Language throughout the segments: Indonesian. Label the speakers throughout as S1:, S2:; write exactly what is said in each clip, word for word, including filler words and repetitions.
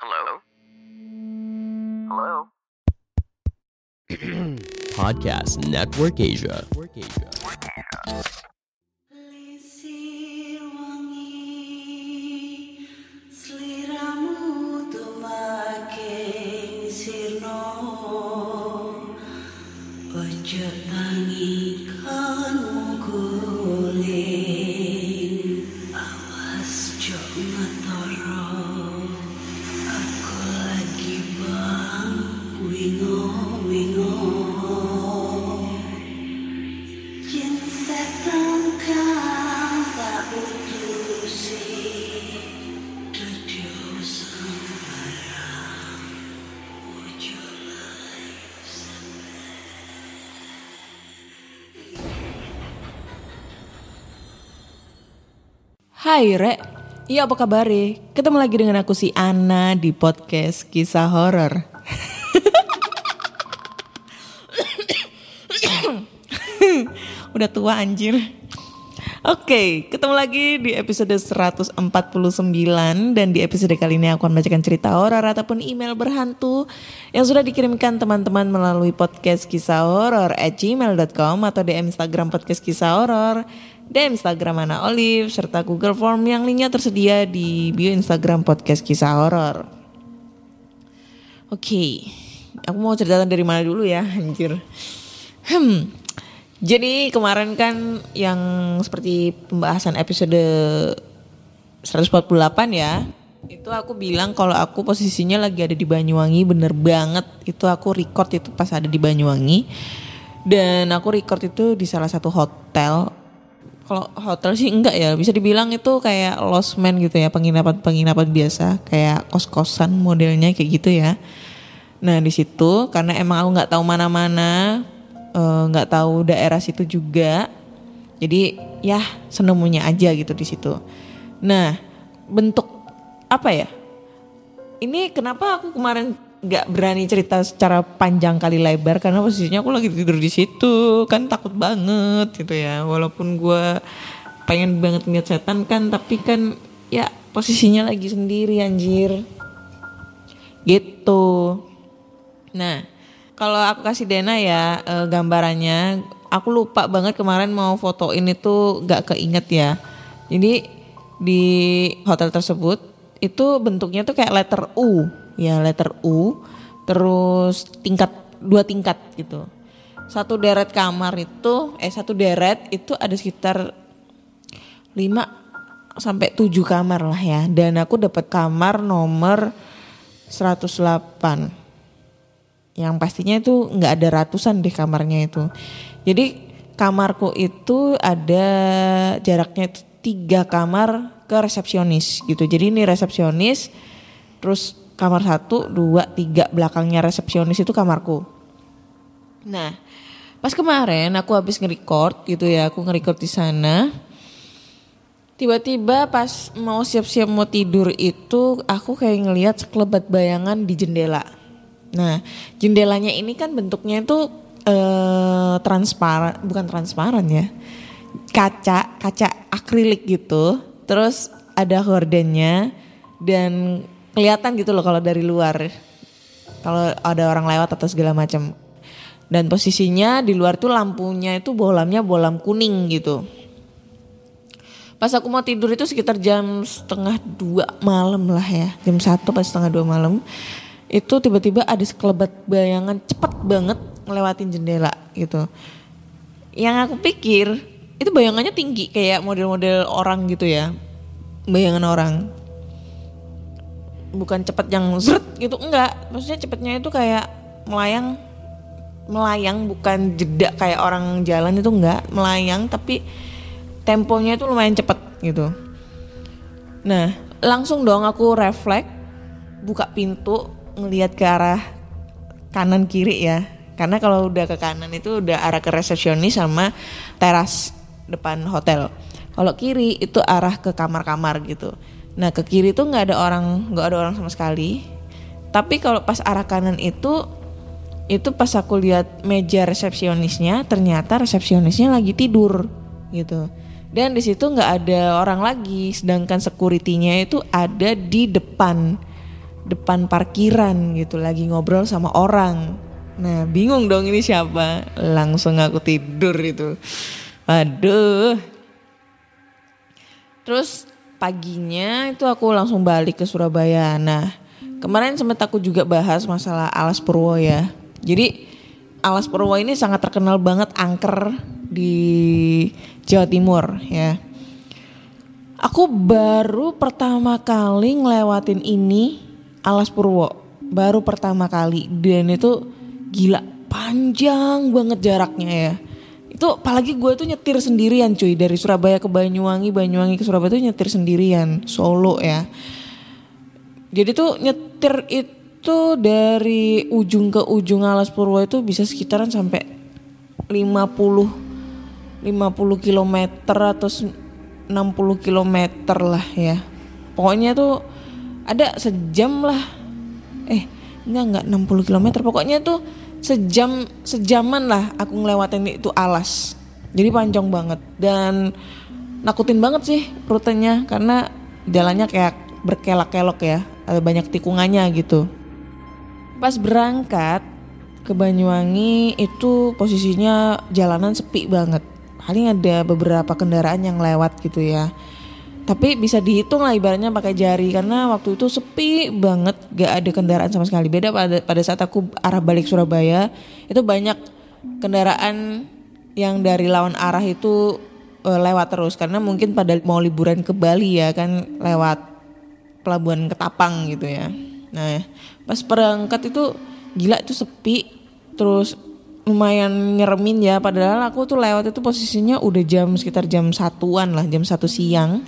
S1: Hello? Hello?
S2: Podcast Network Asia.
S3: Lisir wangi, seliramu tumaking sirno, ojo tangi kanmu guling, awas jo ngetoro, aku lagi bang wingo-wingo. Yen setan kang tak putusi, dadi sembarang ojo layu
S4: Hai Rek, iya apa kabar? Ketemu lagi dengan aku si Ana di podcast kisah horor. Udah tua anjir. Oke, ketemu lagi di episode seratus empat puluh sembilan. Dan di episode kali ini aku akan membacakan cerita horor ataupun email berhantu yang sudah dikirimkan teman-teman melalui podcast kisah horor at gmail dot com atau D M Instagram podcast kisah horor, D M Instagram Ana Olive, serta Google Form yang linknya tersedia di bio Instagram podcast kisah horor. Oke, aku mau cerita dari mana dulu ya, anjir. Hmm, jadi kemarin kan yang seperti pembahasan episode seratus empat puluh delapan ya, itu aku bilang kalau aku posisinya lagi ada di Banyuwangi, bener banget. Itu aku record itu pas ada di Banyuwangi. Dan aku record itu di salah satu hotel. Kalau hotel sih enggak ya, bisa dibilang itu kayak losmen gitu ya, penginapan-penginapan biasa, kayak kos-kosan modelnya kayak gitu ya. Nah di situ karena emang aku nggak tahu mana-mana, nggak uh, tahu daerah situ juga, jadi ya senemunya aja gitu di situ. Nah bentuk apa ya? Ini kenapa aku kemarin nggak berani cerita secara panjang kali lebar, karena posisinya aku lagi tidur di situ, kan takut banget gitu ya. Walaupun gue pengen banget ngeliat setan kan, tapi kan ya posisinya lagi sendiri anjir, gitu. Nah kalau aku kasih Dena ya e, gambarannya, aku lupa banget kemarin mau fotoin itu, nggak keinget ya. Jadi di hotel tersebut itu bentuknya tuh kayak letter U. Ya letter U, terus tingkat, dua tingkat gitu. Satu deret kamar itu, eh satu deret itu ada sekitar lima sampai tujuh kamar lah ya. Dan aku dapat kamar nomor seratus delapan. Yang pastinya itu gak ada ratusan deh kamarnya itu. Jadi kamarku itu ada jaraknya itu tiga kamar ke resepsionis gitu. Jadi ini resepsionis, terus kamar satu, dua, tiga, belakangnya resepsionis itu kamarku. Nah, pas kemarin aku habis nge-record gitu ya, aku nge-record di sana. Tiba-tiba pas mau siap-siap mau tidur itu, aku kayak ngelihat sekelebat bayangan di jendela. Nah, jendelanya ini kan bentuknya itu eh, transparan, bukan transparan ya, kaca, kaca akrilik gitu. Terus ada gordennya dan kelihatan gitu loh kalau dari luar, kalau ada orang lewat atau segala macam. Dan posisinya di luar tuh lampunya itu bolamnya bolam kuning gitu. Pas aku mau tidur itu sekitar jam setengah dua malam lah ya, jam satu pas setengah dua malam. Itu tiba-tiba ada sekelebat bayangan cepet banget ngelewatin jendela gitu. Yang aku pikir itu bayangannya tinggi kayak model-model orang gitu ya, bayangan orang. Bukan cepet yang zret gitu, enggak. Maksudnya cepetnya itu kayak melayang, melayang bukan jeda kayak orang jalan itu, enggak, melayang tapi temponya itu lumayan cepet gitu. Nah langsung dong aku refleks, buka pintu, ngelihat ke arah kanan kiri ya. Karena kalau udah ke kanan itu udah arah ke resepsionis sama teras depan hotel. Kalau kiri itu arah ke kamar-kamar gitu. Nah ke kiri tuh nggak ada orang, nggak ada orang sama sekali. Tapi kalau pas arah kanan itu, itu pas aku lihat meja resepsionisnya, ternyata resepsionisnya lagi tidur gitu. Dan di situ nggak ada orang lagi, sedangkan security-nya itu ada di depan depan parkiran gitu, lagi ngobrol sama orang. Nah bingung dong ini siapa, langsung aku tidur itu. Aduh. Terus paginya itu aku langsung balik ke Surabaya. Nah kemarin sempat aku juga bahas masalah Alas Purwo ya. Jadi Alas Purwo ini sangat terkenal banget angker di Jawa Timur ya. Aku baru pertama kali ngelewatin ini Alas Purwo, baru pertama kali, dan itu gila panjang banget jaraknya ya. Itu apalagi gue tuh nyetir sendirian cuy, dari Surabaya ke Banyuwangi, Banyuwangi ke Surabaya tuh nyetir sendirian, solo ya. Jadi tuh nyetir itu dari ujung ke ujung Alas Purwo itu bisa sekitaran sampai lima puluh kilometer atau enam puluh kilometer lah ya. Pokoknya tuh ada sejam lah. Eh enggak enggak enam puluh kilometer. Pokoknya tuh sejam sejaman lah aku ngelewatin itu Alas. Jadi panjang banget dan nakutin banget sih rutenya karena jalannya kayak berkelok-kelok ya. Ada banyak tikungannya gitu. Pas berangkat ke Banyuwangi itu posisinya jalanan sepi banget. Paling ada beberapa kendaraan yang lewat gitu ya. Tapi bisa dihitung lah ibaratnya pakai jari karena waktu itu sepi banget, gak ada kendaraan sama sekali. Beda pada pada saat aku arah balik Surabaya, itu banyak kendaraan yang dari lawan arah itu e, lewat terus karena mungkin pada mau liburan ke Bali ya kan, lewat Pelabuhan Ketapang gitu ya. Nah, pas berangkat itu gila itu sepi, terus lumayan nyeremin ya, padahal aku tuh lewat itu posisinya udah jam sekitar jam satuan lah, jam satu siang.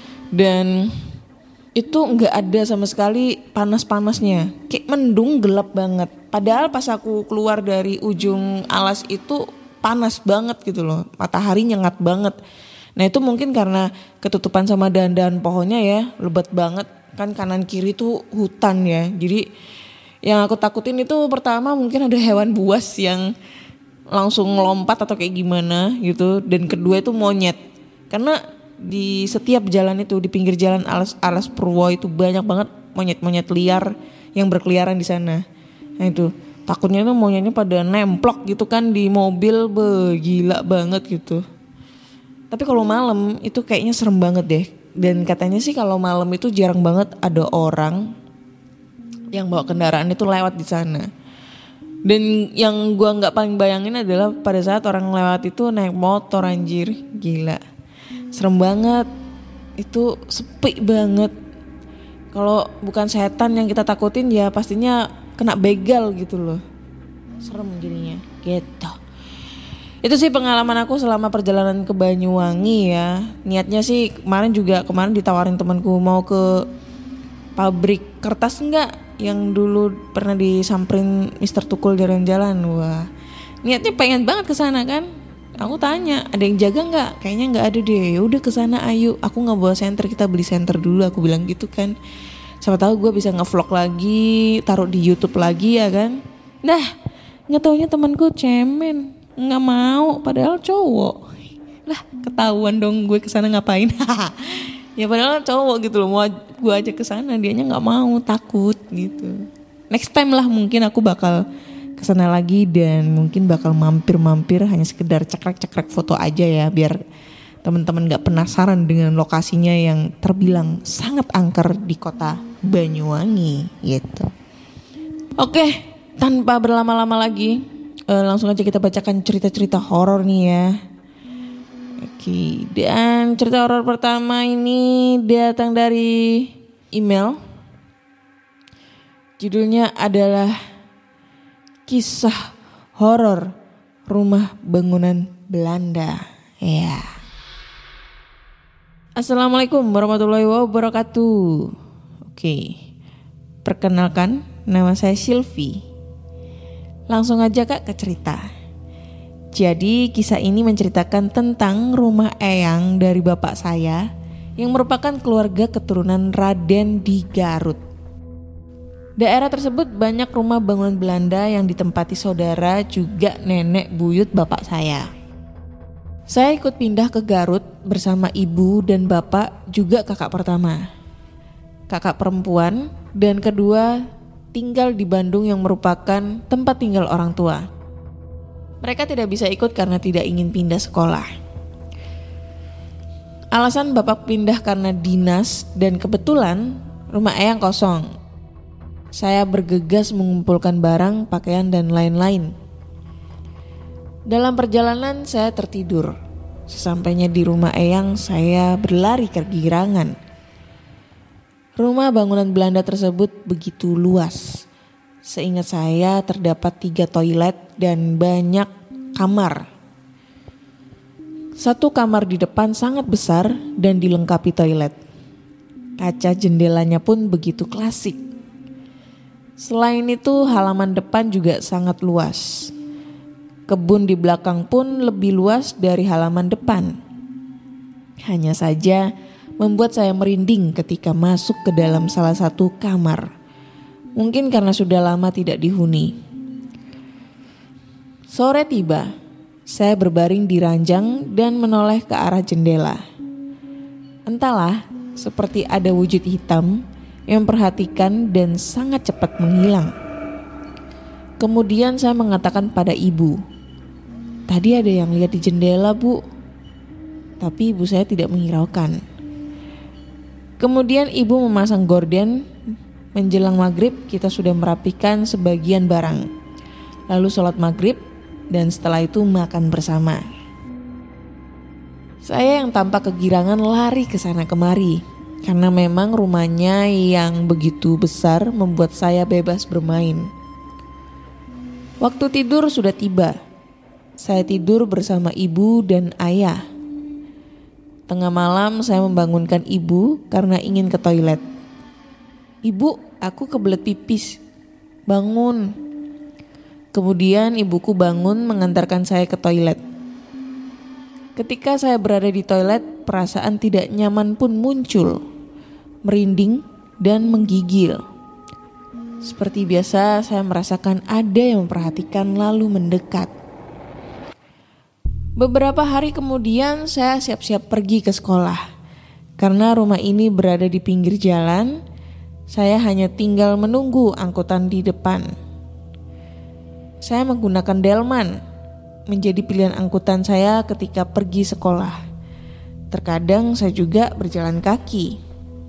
S4: Dan itu gak ada sama sekali panas-panasnya, kayak mendung gelap banget. Padahal pas aku keluar dari ujung Alas itu panas banget gitu loh, matahari nyengat banget. Nah itu mungkin karena ketutupan sama dahan-dahan pohonnya ya, lebat banget. Kan kanan kiri tuh hutan ya, jadi yang aku takutin itu pertama mungkin ada hewan buas yang langsung ngelompat atau kayak gimana gitu. Dan kedua itu monyet. Karena di setiap jalan itu, di pinggir jalan Alas, Alas Purwo itu banyak banget monyet-monyet liar yang berkeliaran di sana. Nah itu takutnya tuh monyetnya pada nemplok gitu kan di mobil, be, gila banget gitu. Tapi kalau malam itu kayaknya serem banget deh. Dan katanya sih kalau malam itu jarang banget ada orang yang bawa kendaraan itu lewat di sana. Dan yang gua nggak paling bayangin adalah pada saat orang lewat itu naik motor, anjir, gila, serem banget. Itu sepi banget. Kalau bukan setan yang kita takutin ya pastinya kena begal gitu loh. Serem jadinya, gitu. Itu sih pengalaman aku selama perjalanan ke Banyuwangi ya. Niatnya sih kemarin juga kemarin ditawarin temanku mau ke pabrik kertas enggak yang dulu pernah disamperin mister Tukul jalan-jalan. Wah, niatnya pengen banget ke sana kan. Aku tanya, ada yang jaga enggak? Kayaknya enggak ada deh. Ya udah ke sana ayo. Aku enggak bawa senter, kita beli senter dulu, aku bilang gitu kan. Siapa tahu gue bisa nge-vlog lagi, taruh di YouTube lagi ya kan. Nah, enggak taunya temanku cemen, enggak mau padahal cowok. Lah, ketahuan dong gue ke sana ngapain. Ya padahal cowok gitu loh, mau gue ajak ke sana dianya nggak mau, takut gitu. Next time lah mungkin aku bakal ke sana lagi dan mungkin bakal mampir-mampir hanya sekedar cekrek-cekrek foto aja ya, biar teman-teman nggak penasaran dengan lokasinya yang terbilang sangat angker di kota Banyuwangi gitu. Oke, tanpa berlama-lama lagi, eh, langsung aja kita bacakan cerita-cerita horor nih ya. Oke, dan cerita horor pertama ini datang dari email. Judulnya adalah Kisah Horor Rumah Bangunan Belanda. Ya. Assalamualaikum warahmatullahi wabarakatuh. Oke, perkenalkan nama saya Sylvie. Langsung aja kak ke cerita. Jadi kisah ini menceritakan tentang rumah eyang dari bapak saya yang merupakan keluarga keturunan Raden di Garut. Daerah tersebut banyak rumah bangunan Belanda yang ditempati saudara juga nenek buyut bapak saya. Saya ikut pindah ke Garut bersama ibu dan bapak juga kakak pertama. Kakak perempuan dan kedua tinggal di Bandung yang merupakan tempat tinggal orang tua. Mereka tidak bisa ikut karena tidak ingin pindah sekolah. Alasan bapak pindah karena dinas dan kebetulan rumah eyang kosong. Saya bergegas mengumpulkan barang, pakaian dan lain-lain. Dalam perjalanan saya tertidur. Sesampainya di rumah eyang saya berlari kegirangan. Rumah bangunan Belanda tersebut begitu luas. Seingat saya terdapat tiga toilet dan banyak kamar. Satu kamar di depan sangat besar dan dilengkapi toilet. Kaca jendelanya pun begitu klasik. Selain itu halaman depan juga sangat luas. Kebun di belakang pun lebih luas dari halaman depan. Hanya saja membuat saya merinding ketika masuk ke dalam salah satu kamar. Mungkin karena sudah lama tidak dihuni. Sore tiba, saya berbaring di ranjang dan menoleh ke arah jendela. Entahlah, seperti ada wujud hitam yang memperhatikan dan sangat cepat menghilang. Kemudian saya mengatakan pada ibu, "Tadi ada yang lihat di jendela, Bu." Tapi ibu saya tidak menghiraukan. Kemudian ibu memasang gorden. Menjelang maghrib kita sudah merapikan sebagian barang. Lalu sholat maghrib dan setelah itu makan bersama. Saya yang tampak kegirangan lari ke sana kemari. Karena memang rumahnya yang begitu besar membuat saya bebas bermain. Waktu tidur sudah tiba. Saya tidur bersama ibu dan ayah. Tengah malam saya membangunkan ibu karena ingin ke toilet. "Ibu, aku kebelet pipis. Bangun." Kemudian ibuku bangun mengantarkan saya ke toilet. Ketika saya berada di toilet, perasaan tidak nyaman pun muncul. Merinding dan menggigil. Seperti biasa saya merasakan ada yang memperhatikan lalu mendekat. Beberapa hari kemudian saya siap-siap pergi ke sekolah. Karena rumah ini berada di pinggir jalan, saya hanya tinggal menunggu angkutan di depan. Saya menggunakan delman, menjadi pilihan angkutan saya ketika pergi sekolah. Terkadang saya juga berjalan kaki.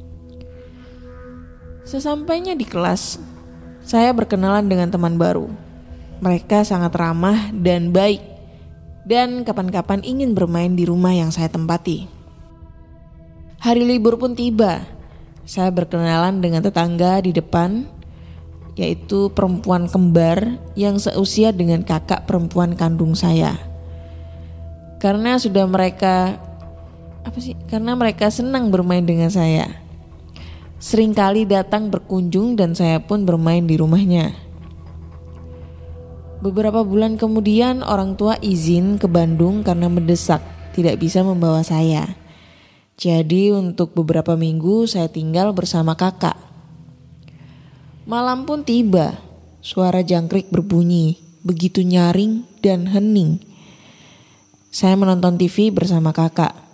S4: Sesampainya di kelas, saya berkenalan dengan teman baru. Mereka sangat ramah dan baik, dan kapan-kapan ingin bermain di rumah yang saya tempati. Hari libur pun tiba. Saya berkenalan dengan tetangga di depan, yaitu perempuan kembar yang seusia dengan kakak perempuan kandung saya. Karena sudah mereka apa sih? Karena mereka senang bermain dengan saya. Seringkali datang berkunjung dan saya pun bermain di rumahnya. Beberapa bulan kemudian orang tua izin ke Bandung karena mendesak, tidak bisa membawa saya. Jadi untuk beberapa minggu saya tinggal bersama kakak. Malam pun tiba, suara jangkrik berbunyi, begitu nyaring dan hening. Saya menonton T V bersama kakak.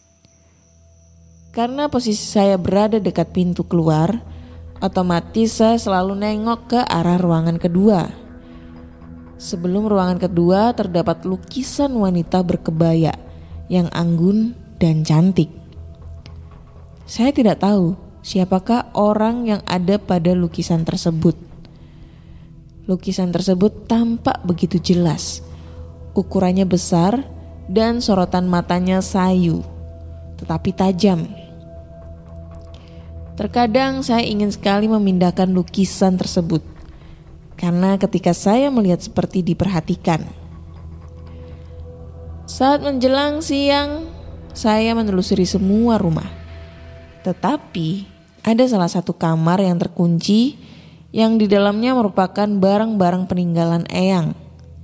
S4: Karena posisi saya berada dekat pintu keluar, otomatis saya selalu nengok ke arah ruangan kedua. Sebelum ruangan kedua terdapat lukisan wanita berkebaya yang anggun dan cantik. Saya tidak tahu siapakah orang yang ada pada lukisan tersebut. Lukisan tersebut tampak begitu jelas. Ukurannya besar dan sorotan matanya sayu, tetapi tajam. Terkadang saya ingin sekali memindahkan lukisan tersebut. Karena ketika saya melihat seperti diperhatikan. Saat menjelang siang, saya menelusuri semua rumah. Tetapi ada salah satu kamar yang terkunci yang di dalamnya merupakan barang-barang peninggalan eyang.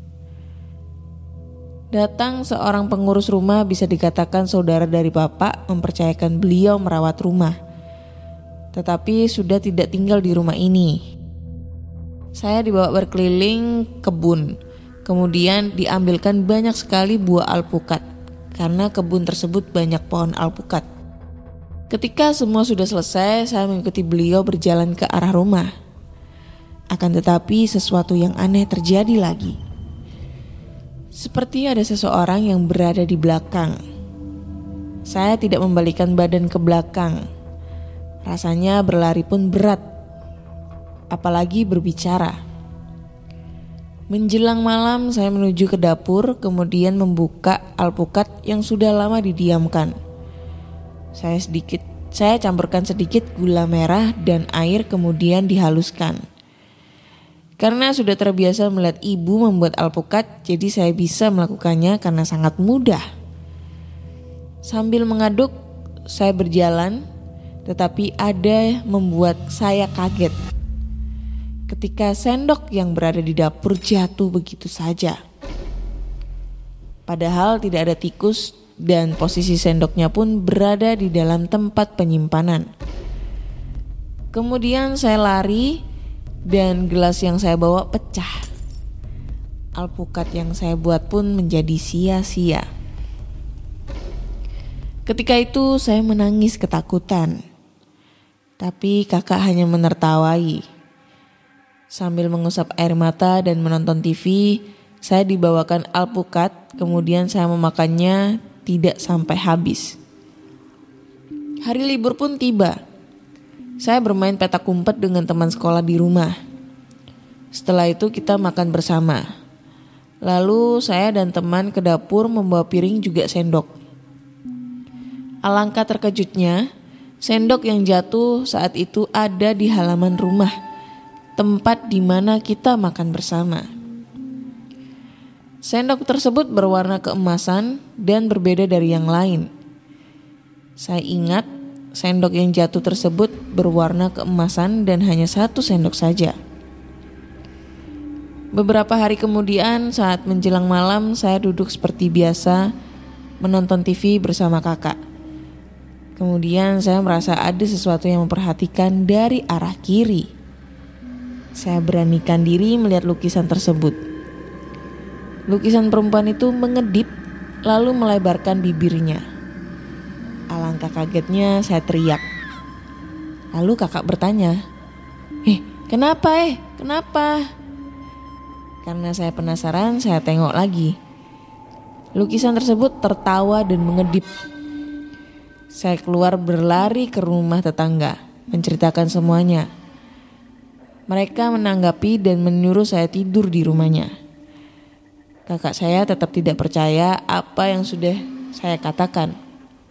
S4: Datang seorang pengurus rumah, bisa dikatakan saudara dari bapak, mempercayakan beliau merawat rumah. Tetapi sudah tidak tinggal di rumah ini. Saya dibawa berkeliling kebun. Kemudian diambilkan banyak sekali buah alpukat. Karena kebun tersebut banyak pohon alpukat. Ketika semua sudah selesai, saya mengikuti beliau berjalan ke arah rumah. Akan tetapi sesuatu yang aneh terjadi lagi. Seperti ada seseorang yang berada di belakang. Saya tidak membalikkan badan ke belakang. Rasanya berlari pun berat, apalagi berbicara. Menjelang malam saya menuju ke dapur, kemudian membuka alpukat yang sudah lama didiamkan. Saya sedikit, saya campurkan sedikit gula merah dan air, kemudian dihaluskan. Karena sudah terbiasa melihat ibu membuat alpukat, jadi saya bisa melakukannya karena sangat mudah. Sambil mengaduk, saya berjalan, tetapi ada membuat saya kaget. Ketika sendok yang berada di dapur jatuh begitu saja. Padahal tidak ada tikus dan posisi sendoknya pun berada di dalam tempat penyimpanan. Kemudian saya lari dan gelas yang saya bawa pecah. Alpukat yang saya buat pun menjadi sia-sia. Ketika itu saya menangis ketakutan. Tapi kakak hanya menertawai. Sambil mengusap air mata dan menonton T V, saya dibawakan alpukat, kemudian saya memakannya tidak sampai habis. Hari libur pun tiba. Saya bermain petak umpet dengan teman sekolah di rumah. Setelah itu kita makan bersama. Lalu saya dan teman ke dapur membawa piring juga sendok. Alangkah terkejutnya, sendok yang jatuh saat itu ada di halaman rumah, tempat di mana kita makan bersama. Sendok tersebut berwarna keemasan dan berbeda dari yang lain. Saya ingat sendok yang jatuh tersebut berwarna keemasan dan hanya satu sendok saja. Beberapa hari kemudian saat menjelang malam saya duduk seperti biasa menonton T V bersama kakak. Kemudian saya merasa ada sesuatu yang memperhatikan dari arah kiri. Saya beranikan diri melihat lukisan tersebut. Lukisan perempuan itu mengedip lalu melebarkan bibirnya. Alangkah kagetnya saya teriak. Lalu kakak bertanya, "Eh, kenapa eh? Kenapa?" Karena saya penasaran, saya tengok lagi. Lukisan tersebut tertawa dan mengedip. Saya keluar berlari ke rumah tetangga, menceritakan semuanya. Mereka menanggapi dan menyuruh saya tidur di rumahnya. Kakak saya tetap tidak percaya apa yang sudah saya katakan.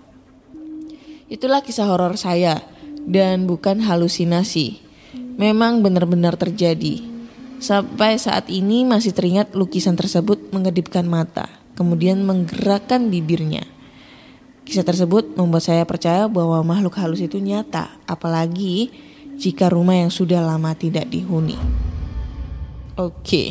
S4: Itulah kisah horor saya dan bukan halusinasi. Memang benar-benar terjadi. Sampai saat ini masih teringat lukisan tersebut mengedipkan mata, kemudian menggerakkan bibirnya. Kisah tersebut membuat saya percaya bahwa makhluk halus itu nyata, apalagi jika rumah yang sudah lama tidak dihuni. Oke,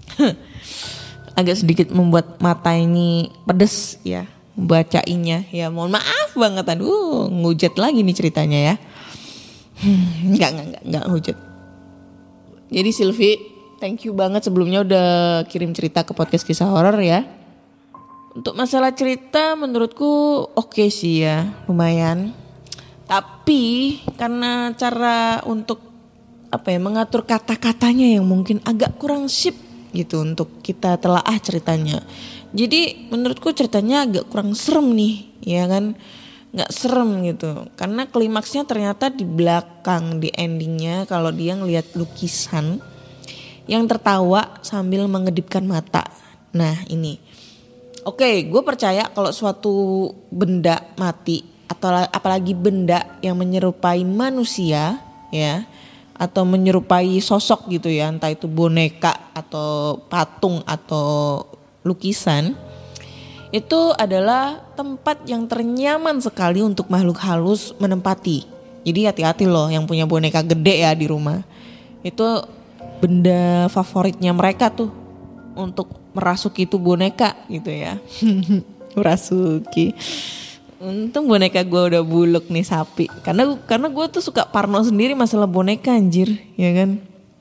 S4: agak sedikit membuat mata ini pedes ya, membacainya ya. Mohon maaf banget, aduh ngujat lagi nih ceritanya ya. Hmm, enggak, enggak, enggak, enggak hujat. Jadi Silvi, thank you banget sebelumnya udah kirim cerita ke podcast kisah horor ya. Untuk masalah cerita menurutku oke okay sih ya, lumayan. Tapi karena cara untuk apa ya mengatur kata-katanya yang mungkin agak kurang sip gitu untuk kita telaah ceritanya. Jadi menurutku ceritanya agak kurang serem nih, ya kan? Nggak serem gitu. Karena klimaksnya ternyata di belakang, di endingnya kalau dia ngelihat lukisan yang tertawa sambil mengedipkan mata. Nah ini. Oke, gue percaya kalau suatu benda mati atau apalagi benda yang menyerupai manusia ya, atau menyerupai sosok gitu ya, entah itu boneka atau patung atau lukisan, itu adalah tempat yang ternyaman sekali untuk makhluk halus menempati. Jadi hati-hati loh yang punya boneka gede ya di rumah. Itu benda favoritnya mereka tuh untuk merasuki itu boneka gitu ya. Merasuki. Untung boneka gue udah buluk nih sapi. Karena karena gue tuh suka parno sendiri masalah boneka anjir, ya kan.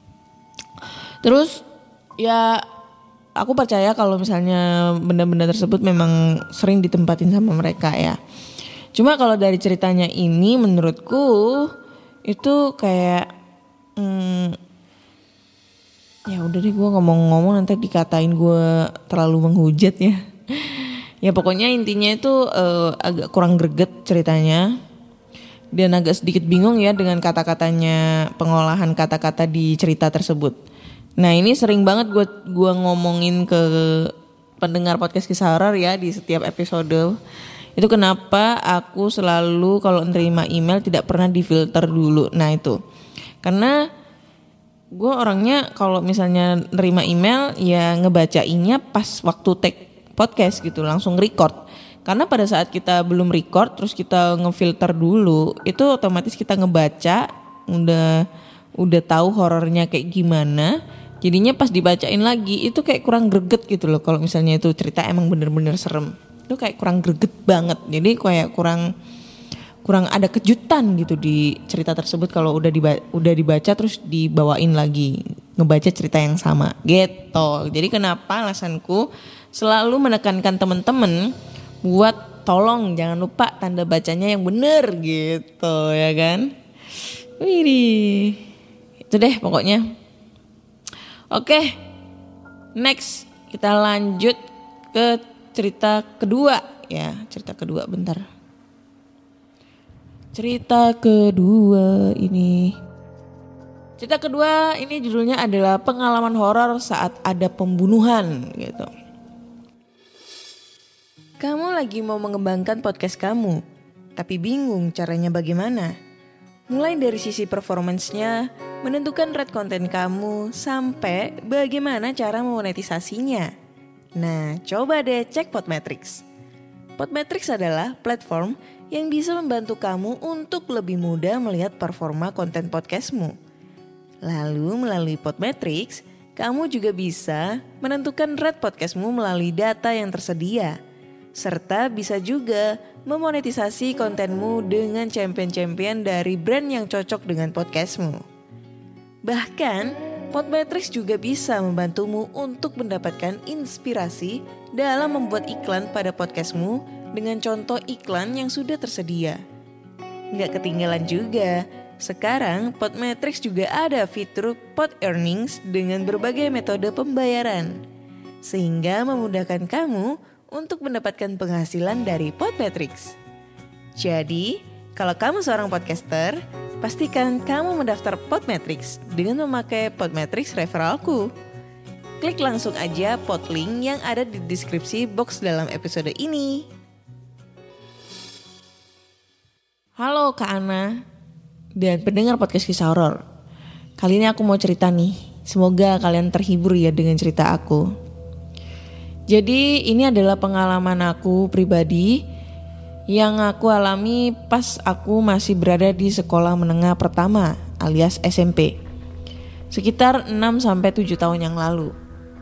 S4: Terus ya aku percaya kalau misalnya benda-benda tersebut memang sering ditempatin sama mereka ya. Cuma kalau dari ceritanya ini menurutku itu kayak hmm, ya udah deh, gue ngomong-ngomong nanti dikatain gue terlalu menghujat ya. Ya pokoknya intinya itu uh, agak kurang greget ceritanya. Dan agak sedikit bingung ya dengan kata-katanya, pengolahan kata-kata di cerita tersebut. Nah ini sering banget gue gua ngomongin ke pendengar podcast kisah horor ya di setiap episode. Itu kenapa aku selalu kalau nerima email tidak pernah difilter dulu. Nah itu karena gue orangnya kalau misalnya nerima email ya ngebacainnya pas waktu take podcast gitu, langsung record. Karena pada saat kita belum record terus kita ngefilter dulu, itu otomatis kita ngebaca udah udah tahu horornya kayak gimana. Jadinya pas dibacain lagi itu kayak kurang greget gitu loh. Kalau misalnya itu cerita emang bener-bener serem, itu kayak kurang greget banget. Jadi kayak kurang kurang ada kejutan gitu di cerita tersebut kalau udah dibaca, udah dibaca terus dibawain lagi ngebaca cerita yang sama gitu. Jadi kenapa alasanku selalu menekankan teman-teman buat tolong jangan lupa tanda bacanya yang bener gitu ya kan. Widih. Itu deh pokoknya. Oke. Next kita lanjut ke cerita kedua ya, cerita kedua bentar. Cerita kedua ini. Cerita kedua ini judulnya adalah pengalaman horor saat ada pembunuhan gitu. Kamu lagi mau mengembangkan podcast kamu, tapi bingung caranya bagaimana? Mulai dari sisi performance-nya, menentukan rate konten kamu, sampai bagaimana cara memonetisasinya. Nah, coba deh cek Podmetrics. Podmetrics adalah platform yang bisa membantu kamu untuk lebih mudah melihat performa konten podcastmu. Lalu melalui Podmetrics, kamu juga bisa menentukan rate podcastmu melalui data yang tersedia. Serta bisa juga memonetisasi kontenmu dengan champion-champion dari brand yang cocok dengan podcastmu. Bahkan, Podmetrics juga bisa membantumu untuk mendapatkan inspirasi dalam membuat iklan pada podcastmu dengan contoh iklan yang sudah tersedia. Nggak ketinggalan juga, sekarang Podmetrics juga ada fitur Pod Earnings dengan berbagai metode pembayaran. Sehingga memudahkan kamu untuk mendapatkan penghasilan dari Podmetrics. Jadi, kalau kamu seorang podcaster, pastikan kamu mendaftar Podmetrics dengan memakai Podmetrics referralku. Klik langsung aja podlink yang ada di deskripsi box dalam episode ini. Halo Kak Ana dan pendengar podcast kisah horor. Kali ini aku mau cerita nih. Semoga kalian terhibur ya dengan cerita aku. Jadi ini adalah pengalaman aku pribadi yang aku alami pas aku masih berada di sekolah menengah pertama alias S M P. Sekitar enam sampai tujuh tahun yang lalu.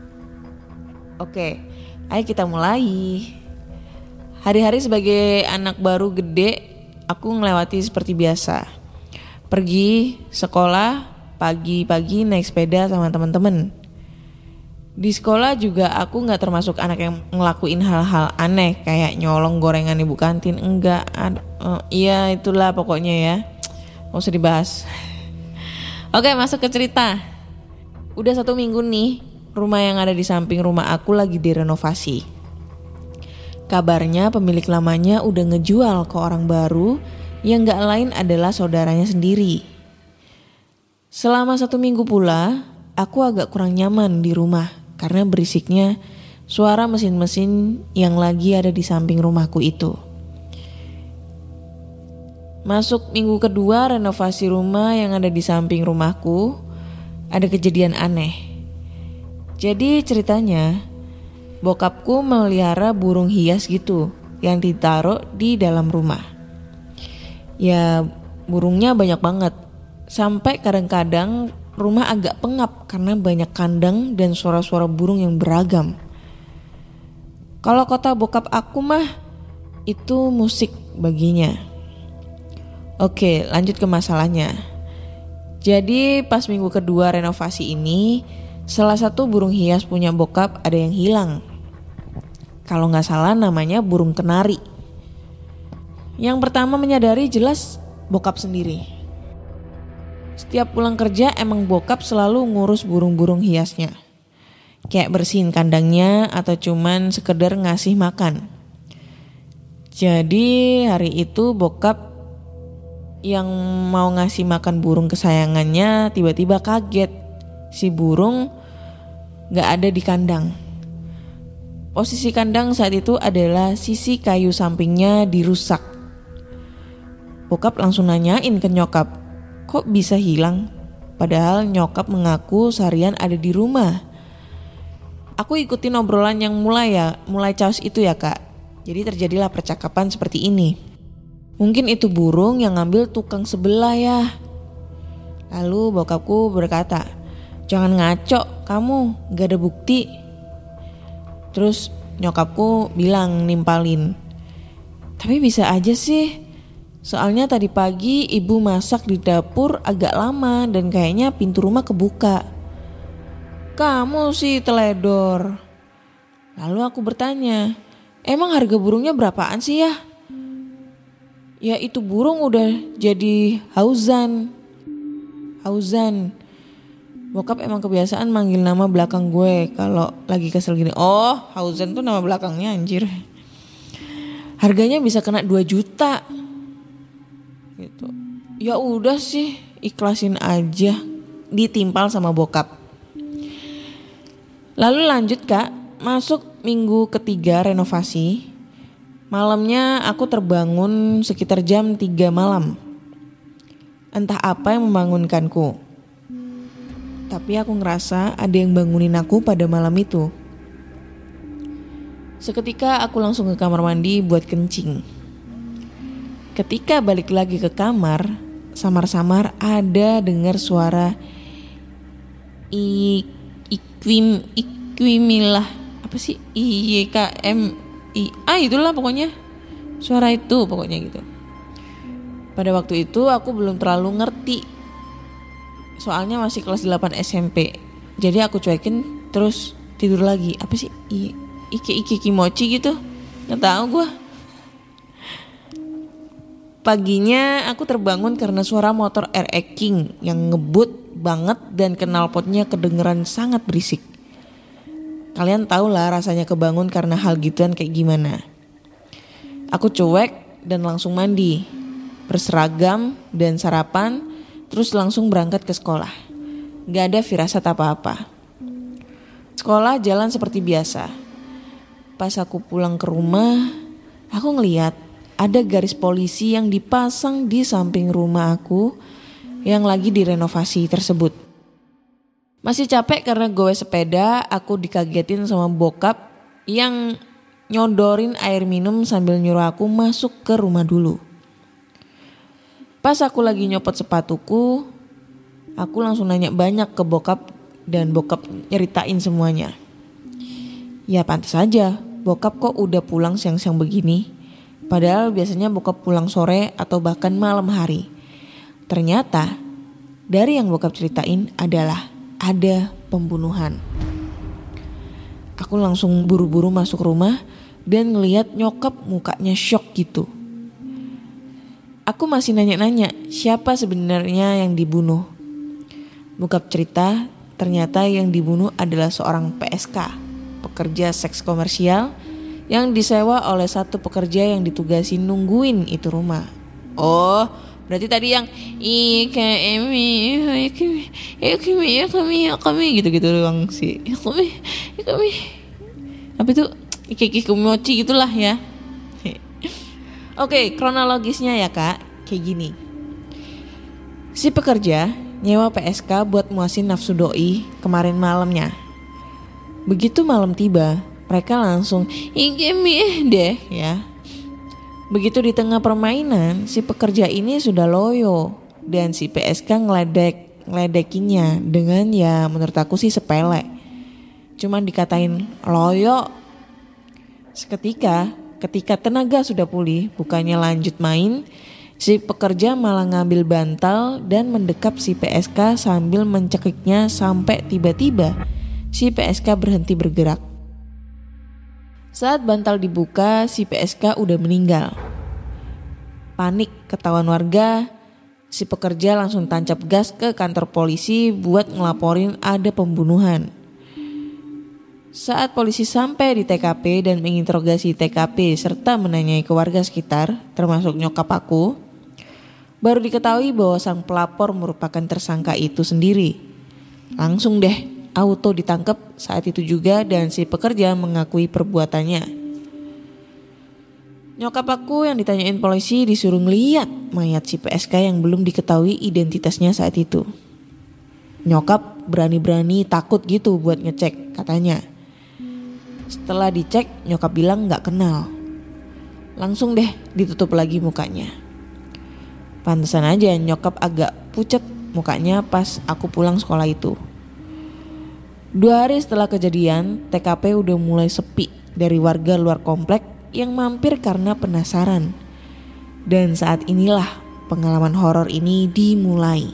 S4: Oke, ayo kita mulai. Hari-hari sebagai anak baru gede, aku ngelewati seperti biasa. Pergi sekolah, pagi-pagi naik sepeda sama teman-teman. Di sekolah juga aku gak termasuk anak yang ngelakuin hal-hal aneh kayak nyolong gorengan ibu kantin. Enggak, ad- uh, iya itulah pokoknya ya. Gak usah dibahas. Oke, masuk ke cerita. Udah satu minggu nih, rumah yang ada di samping rumah aku lagi direnovasi. Kabarnya pemilik lamanya udah ngejual ke orang baru yang gak lain adalah saudaranya sendiri. Selama satu minggu pula, aku agak kurang nyaman di rumah karena berisiknya suara mesin-mesin yang lagi ada di samping rumahku itu. Masuk minggu kedua renovasi rumah yang ada di samping rumahku, ada kejadian aneh. Jadi ceritanya, bokapku melihara burung hias gitu yang ditaruh di dalam rumah. Ya burungnya banyak banget, sampai kadang-kadang rumah agak pengap karena banyak kandang dan suara-suara burung yang beragam. Kalau kota bokap aku mah itu musik baginya. Oke, lanjut ke masalahnya. Jadi pas minggu kedua renovasi ini, salah satu burung hias punya bokap ada yang hilang. Kalau gak salah namanya burung kenari. Yang pertama menyadari jelas bokap sendiri. Setiap pulang kerja emang bokap selalu ngurus burung-burung hiasnya. Kayak bersihin kandangnya atau cuman sekedar ngasih makan. Jadi hari itu bokap yang mau ngasih makan burung kesayangannya tiba-tiba kaget. Si burung gak ada di kandang. Posisi kandang saat itu adalah sisi kayu sampingnya dirusak. Bokap langsung nanyain ke nyokap, kok bisa hilang? Padahal nyokap mengaku seharian ada di rumah. Aku ikutin obrolan yang mulai ya, mulai chaos itu ya kak. Jadi terjadilah percakapan seperti ini. Mungkin itu burung yang ngambil tukang sebelah ya. Lalu bokapku berkata, jangan ngaco kamu, gak ada bukti. Terus nyokapku bilang nimpalin, tapi bisa aja sih. Soalnya tadi pagi ibu masak di dapur agak lama dan kayaknya pintu rumah kebuka. Kamu sih teledor. Lalu aku bertanya, emang harga burungnya berapaan sih ya? Ya itu burung udah jadi Hauzan. Hauzan. Bokap emang kebiasaan manggil nama belakang gue kalau lagi kesel gini. Oh, Hauzan tuh nama belakangnya anjir. Harganya bisa kena dua juta. Gitu. Ya udah sih, ikhlasin aja. Ditimpal sama bokap. Lalu lanjut kak, masuk minggu ketiga renovasi. Malamnya aku terbangun sekitar jam tiga malam. Entah apa yang membangunkanku. Tapi aku ngerasa ada yang bangunin aku pada malam itu. Seketika aku langsung ke kamar mandi buat kencing. Ketika balik lagi ke kamar, samar-samar ada dengar suara I Ikwim Ikwimilah apa sih I K M I A itulah pokoknya. Suara itu pokoknya gitu. Pada waktu itu aku belum terlalu ngerti. Soalnya masih kelas delapan S M P. Jadi aku cuekin terus tidur lagi. Apa sih? I, Ike Ike Kimochi gitu. Nggak tahu gue. Paginya aku terbangun karena suara motor R X King yang ngebut banget dan knalpotnya kedengeran sangat berisik. Kalian tahu lah rasanya kebangun karena hal gituan kayak gimana. Aku cuek dan langsung mandi, berseragam dan sarapan. Terus langsung berangkat ke sekolah. Gak ada firasat apa-apa. Sekolah jalan seperti biasa. Pas aku pulang ke rumah, aku ngeliat ada garis polisi yang dipasang di samping rumah aku yang lagi direnovasi tersebut. Masih capek karena gowe sepeda, aku dikagetin sama bokap yang nyodorin air minum sambil nyuruh aku masuk ke rumah dulu. Pas aku lagi nyopot sepatuku, aku langsung nanya banyak ke bokap dan bokap nyeritain semuanya. Ya pantas aja, bokap kok udah pulang siang-siang begini. Padahal biasanya bokap pulang sore atau bahkan malam hari. Ternyata dari yang bokap ceritain adalah ada pembunuhan. Aku langsung buru-buru masuk rumah dan ngelihat nyokap mukanya shock gitu. Aku masih nanya-nanya siapa sebenarnya yang dibunuh. Bokap cerita ternyata yang dibunuh adalah seorang P S K, pekerja seks komersial yang disewa oleh satu pekerja yang ditugasi nungguin itu rumah. Oh, berarti tadi yang I K M I kami kami kami gitu-gitu doang sih. Kami kami apa itu Iki Kimochi gitulah ya. Oke, kronologisnya ya kak, kayak gini. Si pekerja nyewa P S K buat muasin nafsu doi kemarin malamnya. Begitu malam tiba, mereka langsung ingin deh ya. Begitu di tengah permainan, si pekerja ini sudah loyo dan si P S K ngeledek ngeledekinnya dengan ya menurut aku sih sepele. Cuman dikatain loyo. Seketika Ketika tenaga sudah pulih, bukannya lanjut main, si pekerja malah ngambil bantal dan mendekap si P S K sambil mencekiknya sampai tiba-tiba si P S K berhenti bergerak. Saat bantal dibuka, si P S K udah meninggal. Panik ketahuan warga, si pekerja langsung tancap gas ke kantor polisi buat ngelaporin ada pembunuhan. Saat polisi sampai di T K P dan menginterogasi T K P serta menanyai ke warga sekitar, termasuk nyokap aku, baru diketahui bahwa sang pelapor merupakan tersangka itu sendiri. Langsung deh, auto ditangkap saat itu juga dan si pekerja mengakui perbuatannya. Nyokap aku yang ditanyain polisi disuruh ngeliat mayat si P S K yang belum diketahui identitasnya saat itu. Nyokap berani-berani takut gitu buat ngecek katanya. Setelah dicek nyokap bilang gak kenal. Langsung deh ditutup lagi mukanya. Pantesan aja nyokap agak pucet mukanya pas aku pulang sekolah itu. Dua hari setelah kejadian, T K P udah mulai sepi dari warga luar komplek yang mampir karena penasaran. Dan saat inilah pengalaman horor ini dimulai.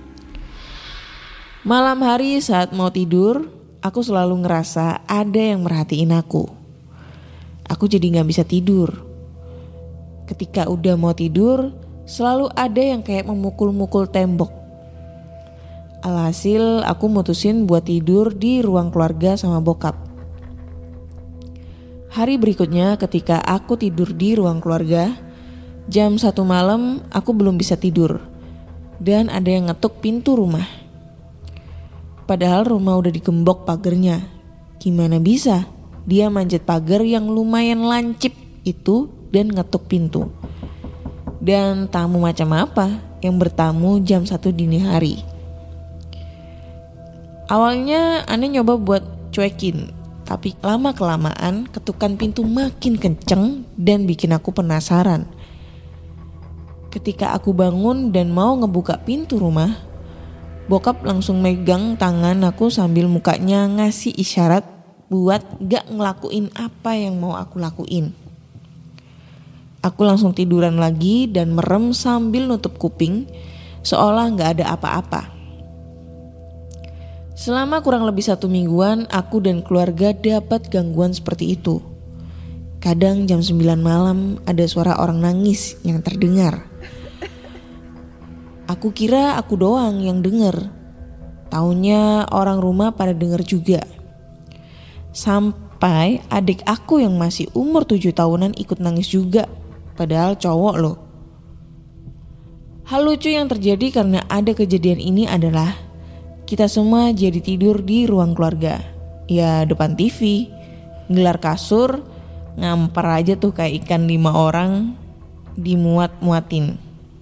S4: Malam hari saat mau tidur, aku selalu ngerasa ada yang merhatiin aku. Aku jadi gak bisa tidur. Ketika udah mau tidur, selalu ada yang kayak memukul-mukul tembok. Alhasil aku mutusin buat tidur di ruang keluarga sama bokap. Hari berikutnya ketika aku tidur di ruang keluarga, jam satu malam aku belum bisa tidur. Dan ada yang ngetuk pintu rumah. Padahal rumah udah digembok pagernya. Gimana bisa dia manjat pagar yang lumayan lancip itu dan ngetuk pintu. Dan tamu macam apa yang bertamu jam satu dini hari. Awalnya aneh nyoba buat cuekin, tapi lama-kelamaan ketukan pintu makin kenceng dan bikin aku penasaran. Ketika aku bangun dan mau ngebuka pintu rumah, bokap langsung megang tangan aku sambil mukanya ngasih isyarat buat gak ngelakuin apa yang mau aku lakuin. Aku langsung tiduran lagi dan merem sambil nutup kuping seolah gak ada apa-apa. Selama kurang lebih satu mingguan, aku dan keluarga dapat gangguan seperti itu. Kadang jam sembilan malam ada suara orang nangis yang terdengar. Aku kira aku doang yang denger. Taunya orang rumah pada denger juga. Sampai adik aku yang masih umur tujuh tahunan ikut nangis juga. Padahal cowok loh. Hal lucu yang terjadi karena ada kejadian ini adalah kita semua jadi tidur di ruang keluarga. Ya depan T V, gelar kasur, ngampar aja tuh kayak ikan lima orang, dimuat-muatin.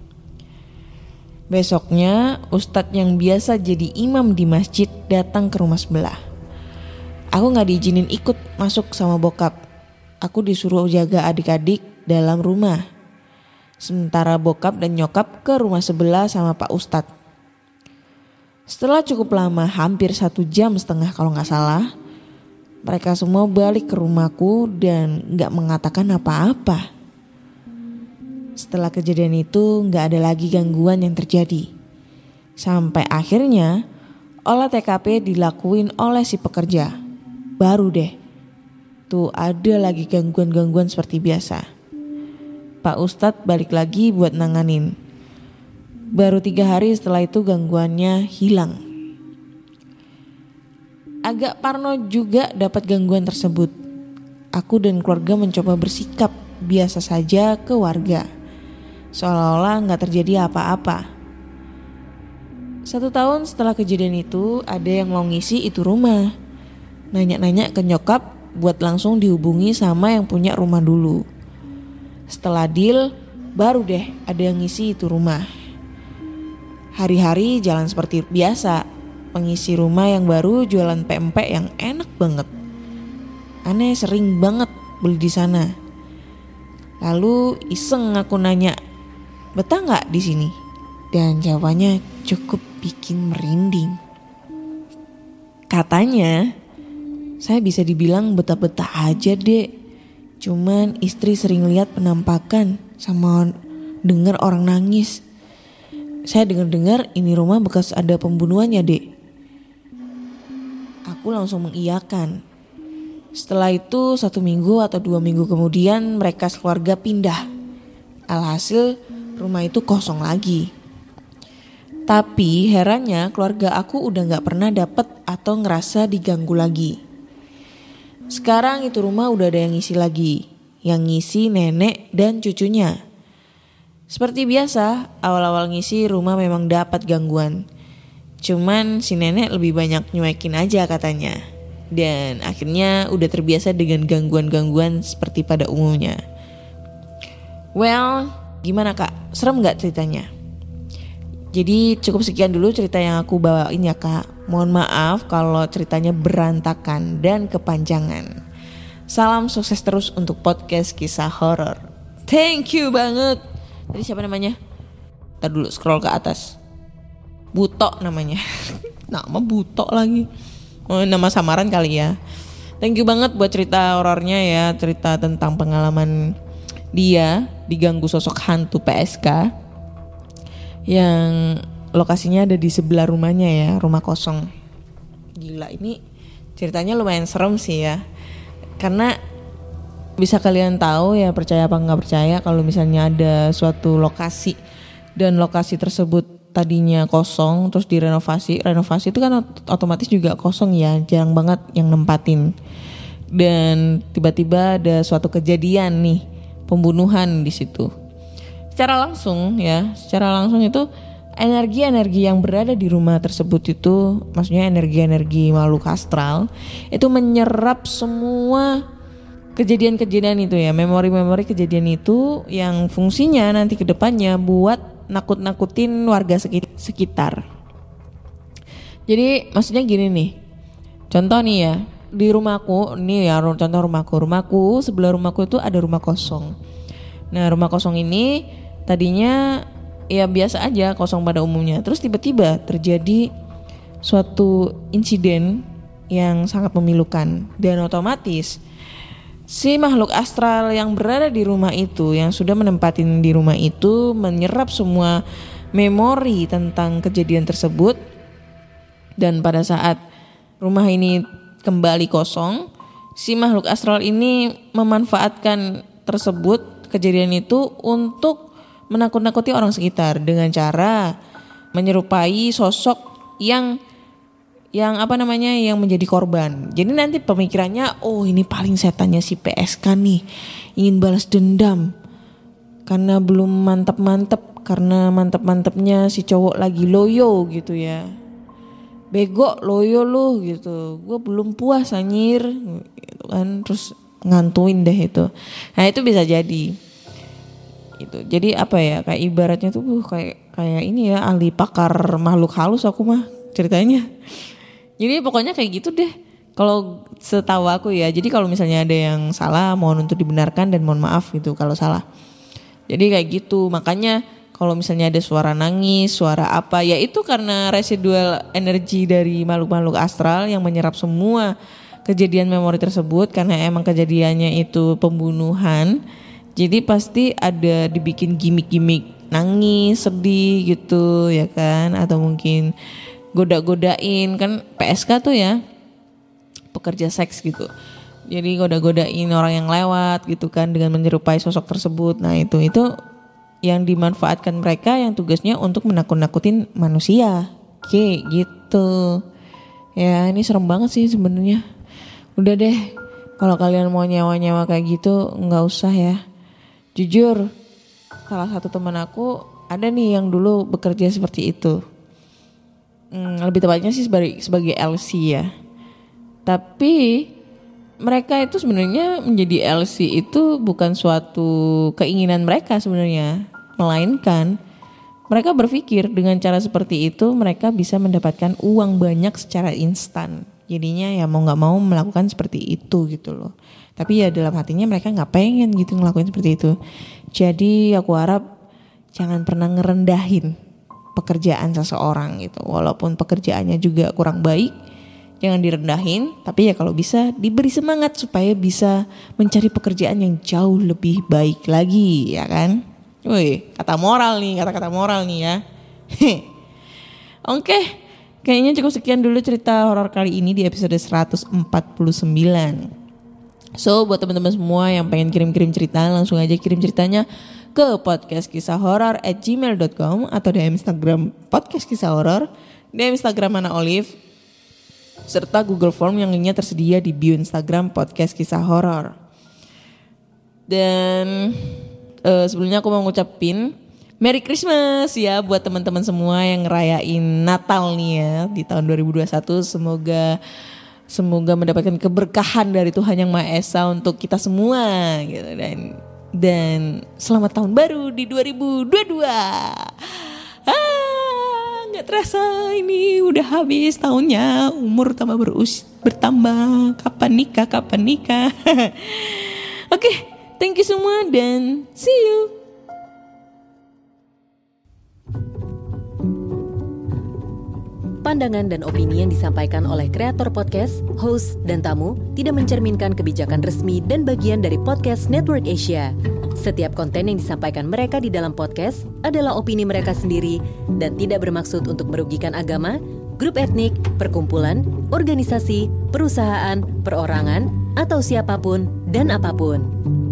S4: Besoknya ustadz yang biasa jadi imam di masjid datang ke rumah sebelah. Aku gak diizinin ikut masuk sama bokap. Aku disuruh jaga adik-adik dalam rumah. Sementara bokap dan nyokap ke rumah sebelah sama Pak Ustadz. Setelah cukup lama, hampir satu jam setengah kalau gak salah, mereka semua balik ke rumahku dan gak mengatakan apa-apa. Setelah kejadian itu gak ada lagi gangguan yang terjadi. Sampai akhirnya olah T K P dilakuin oleh si pekerja. Baru deh, tuh ada lagi gangguan-gangguan seperti biasa. Pak Ustadz balik lagi buat nanganin. Baru tiga hari setelah itu gangguannya hilang. Agak parno juga dapat gangguan tersebut. Aku dan keluarga mencoba bersikap biasa saja ke warga, seolah-olah gak terjadi apa-apa. Satu tahun setelah kejadian itu, ada yang mau ngisi itu rumah. Nanya-nanya ke nyokap buat langsung dihubungi sama yang punya rumah dulu. Setelah deal, baru deh ada yang ngisi itu rumah. Hari-hari jalan seperti biasa. Pengisi rumah yang baru jualan pempek yang enak banget. Aneh sering banget beli di sana. Lalu iseng aku nanya, betah nggak di sini? Dan jawabannya cukup bikin merinding. Katanya, saya bisa dibilang betah-betah aja dek. Cuman istri sering lihat penampakan sama dengar orang nangis. Saya dengar-dengar ini rumah bekas ada pembunuhannya dek. Aku langsung mengiyakan. Setelah itu satu minggu atau dua minggu kemudian mereka sekeluarga pindah. Alhasil rumah itu kosong lagi. Tapi herannya keluarga aku udah gak pernah dapet atau ngerasa diganggu lagi. Sekarang itu rumah udah ada yang ngisi lagi. Yang ngisi nenek dan cucunya. Seperti biasa, awal-awal ngisi rumah memang dapat gangguan. Cuman si nenek lebih banyak nyuekin aja katanya. Dan akhirnya udah terbiasa dengan gangguan-gangguan seperti pada umumnya. Well, gimana kak? Serem gak ceritanya? Jadi cukup sekian dulu cerita yang aku bawain ya kak. Mohon maaf kalau ceritanya berantakan dan kepanjangan. Salam sukses terus untuk podcast kisah horor. Thank you banget. Tadi siapa namanya? Ntar dulu scroll ke atas. Buto namanya. Nama Buto lagi. Oh, nama samaran kali ya. Thank you banget buat cerita horornya ya. Cerita tentang pengalaman dia diganggu sosok hantu P S K yang lokasinya ada di sebelah rumahnya ya, rumah kosong. Gila, ini ceritanya lumayan serem sih ya. Karena bisa kalian tahu ya, percaya apa nggak percaya, kalau misalnya ada suatu lokasi dan lokasi tersebut tadinya kosong terus direnovasi, renovasi itu kan otomatis juga kosong ya, jarang banget yang nempatin. Dan tiba-tiba ada suatu kejadian nih, pembunuhan di situ. Secara langsung ya, secara langsung itu energi-energi yang berada di rumah tersebut itu, maksudnya energi-energi makhluk astral, itu menyerap semua kejadian-kejadian itu ya, memori-memori kejadian itu yang fungsinya nanti ke depannya buat nakut-nakutin warga sekitar. Jadi maksudnya gini nih, contoh nih ya, di rumahku, nih ya contoh rumahku, rumahku sebelah rumahku itu ada rumah kosong. Nah rumah kosong ini tadinya ya biasa aja, kosong pada umumnya. Terus tiba-tiba terjadi suatu insiden yang sangat memilukan. Dan otomatis si makhluk astral yang berada di rumah itu, yang sudah menempatin di rumah itu, menyerap semua memori tentang kejadian tersebut. Dan pada saat rumah ini kembali kosong, si makhluk astral ini memanfaatkan tersebut, kejadian itu, untuk menakut-nakuti orang sekitar dengan cara menyerupai sosok yang yang apa namanya yang menjadi korban. Jadi nanti pemikirannya, oh ini paling setannya si P S K nih, ingin balas dendam karena belum mantap-mantap, karena mantap-mantapnya si cowok lagi loyo gitu ya. Bego loyo lu gitu, gue belum puas anjir gitu kan, terus ngantuin deh itu. Nah itu bisa jadi. Itu jadi apa ya, kayak ibaratnya tuh uh, kayak kayak ini ya, ahli pakar makhluk halus aku mah ceritanya. Jadi pokoknya kayak gitu deh kalau setahu aku ya. Jadi kalau misalnya ada yang salah, mohon untuk dibenarkan dan mohon maaf gitu kalau salah. Jadi kayak gitu, makanya kalau misalnya ada suara nangis, suara apa, ya itu karena residual energi dari makhluk-makhluk astral yang menyerap semua kejadian memori tersebut. Karena emang kejadiannya itu pembunuhan, jadi pasti ada dibikin gimmick-gimmick nangis, sedih gitu ya kan, atau mungkin goda-godain, kan P S K tuh ya pekerja seks gitu. Jadi goda-godain orang yang lewat gitu kan dengan menyerupai sosok tersebut. Nah itu itu yang dimanfaatkan mereka yang tugasnya untuk menakut-nakutin manusia. Oke gitu. Ya ini serem banget sih sebenarnya. Udah deh, kalau kalian mau nyewa-nyewa kayak gitu nggak usah ya. Jujur, salah satu teman aku ada nih yang dulu bekerja seperti itu. Hmm, lebih tepatnya sih sebagai, sebagai L C ya. Tapi mereka itu sebenarnya menjadi L C itu bukan suatu keinginan mereka sebenarnya. Melainkan mereka berpikir dengan cara seperti itu mereka bisa mendapatkan uang banyak secara instan. Jadinya ya mau gak mau melakukan seperti itu gitu loh. Tapi ya dalam hatinya mereka gak pengen gitu ngelakuin seperti itu. Jadi aku harap jangan pernah ngerendahin pekerjaan seseorang gitu. Walaupun pekerjaannya juga kurang baik, jangan direndahin. Tapi ya kalau bisa diberi semangat supaya bisa mencari pekerjaan yang jauh lebih baik lagi, ya kan? Wih, kata moral nih, kata-kata moral nih ya. Oke, kayaknya cukup sekian dulu cerita horor kali ini di episode seratus empat puluh sembilan. So buat teman-teman semua yang pengen kirim-kirim cerita, langsung aja kirim ceritanya ke podcast kisah horor at gmail dot com atau D M Instagram podcast kisah horor, D M Instagram Ana Olive, serta Google Form yang linknya tersedia di bio Instagram podcast kisah horor. Dan uh, sebelumnya aku mau ngucapin Merry Christmas ya buat teman-teman semua yang ngerayain Natal nih ya di tahun dua ribu dua puluh satu. Semoga semoga mendapatkan keberkahan dari Tuhan Yang Maha Esa untuk kita semua gitu, dan dan selamat tahun baru di dua ribu dua puluh dua. Ah, nggak terasa ini udah habis tahunnya, umur tambah berus bertambah. Kapan nikah? Kapan nikah? Oke, okay, thank you semua dan see you.
S1: Pandangan dan opini yang disampaikan oleh kreator podcast, host, dan tamu tidak mencerminkan kebijakan resmi dan bagian dari Podcast Network Asia. Setiap konten yang disampaikan mereka di dalam podcast adalah opini mereka sendiri dan tidak bermaksud untuk merugikan agama, grup etnik, perkumpulan, organisasi, perusahaan, perorangan, atau siapapun dan apapun.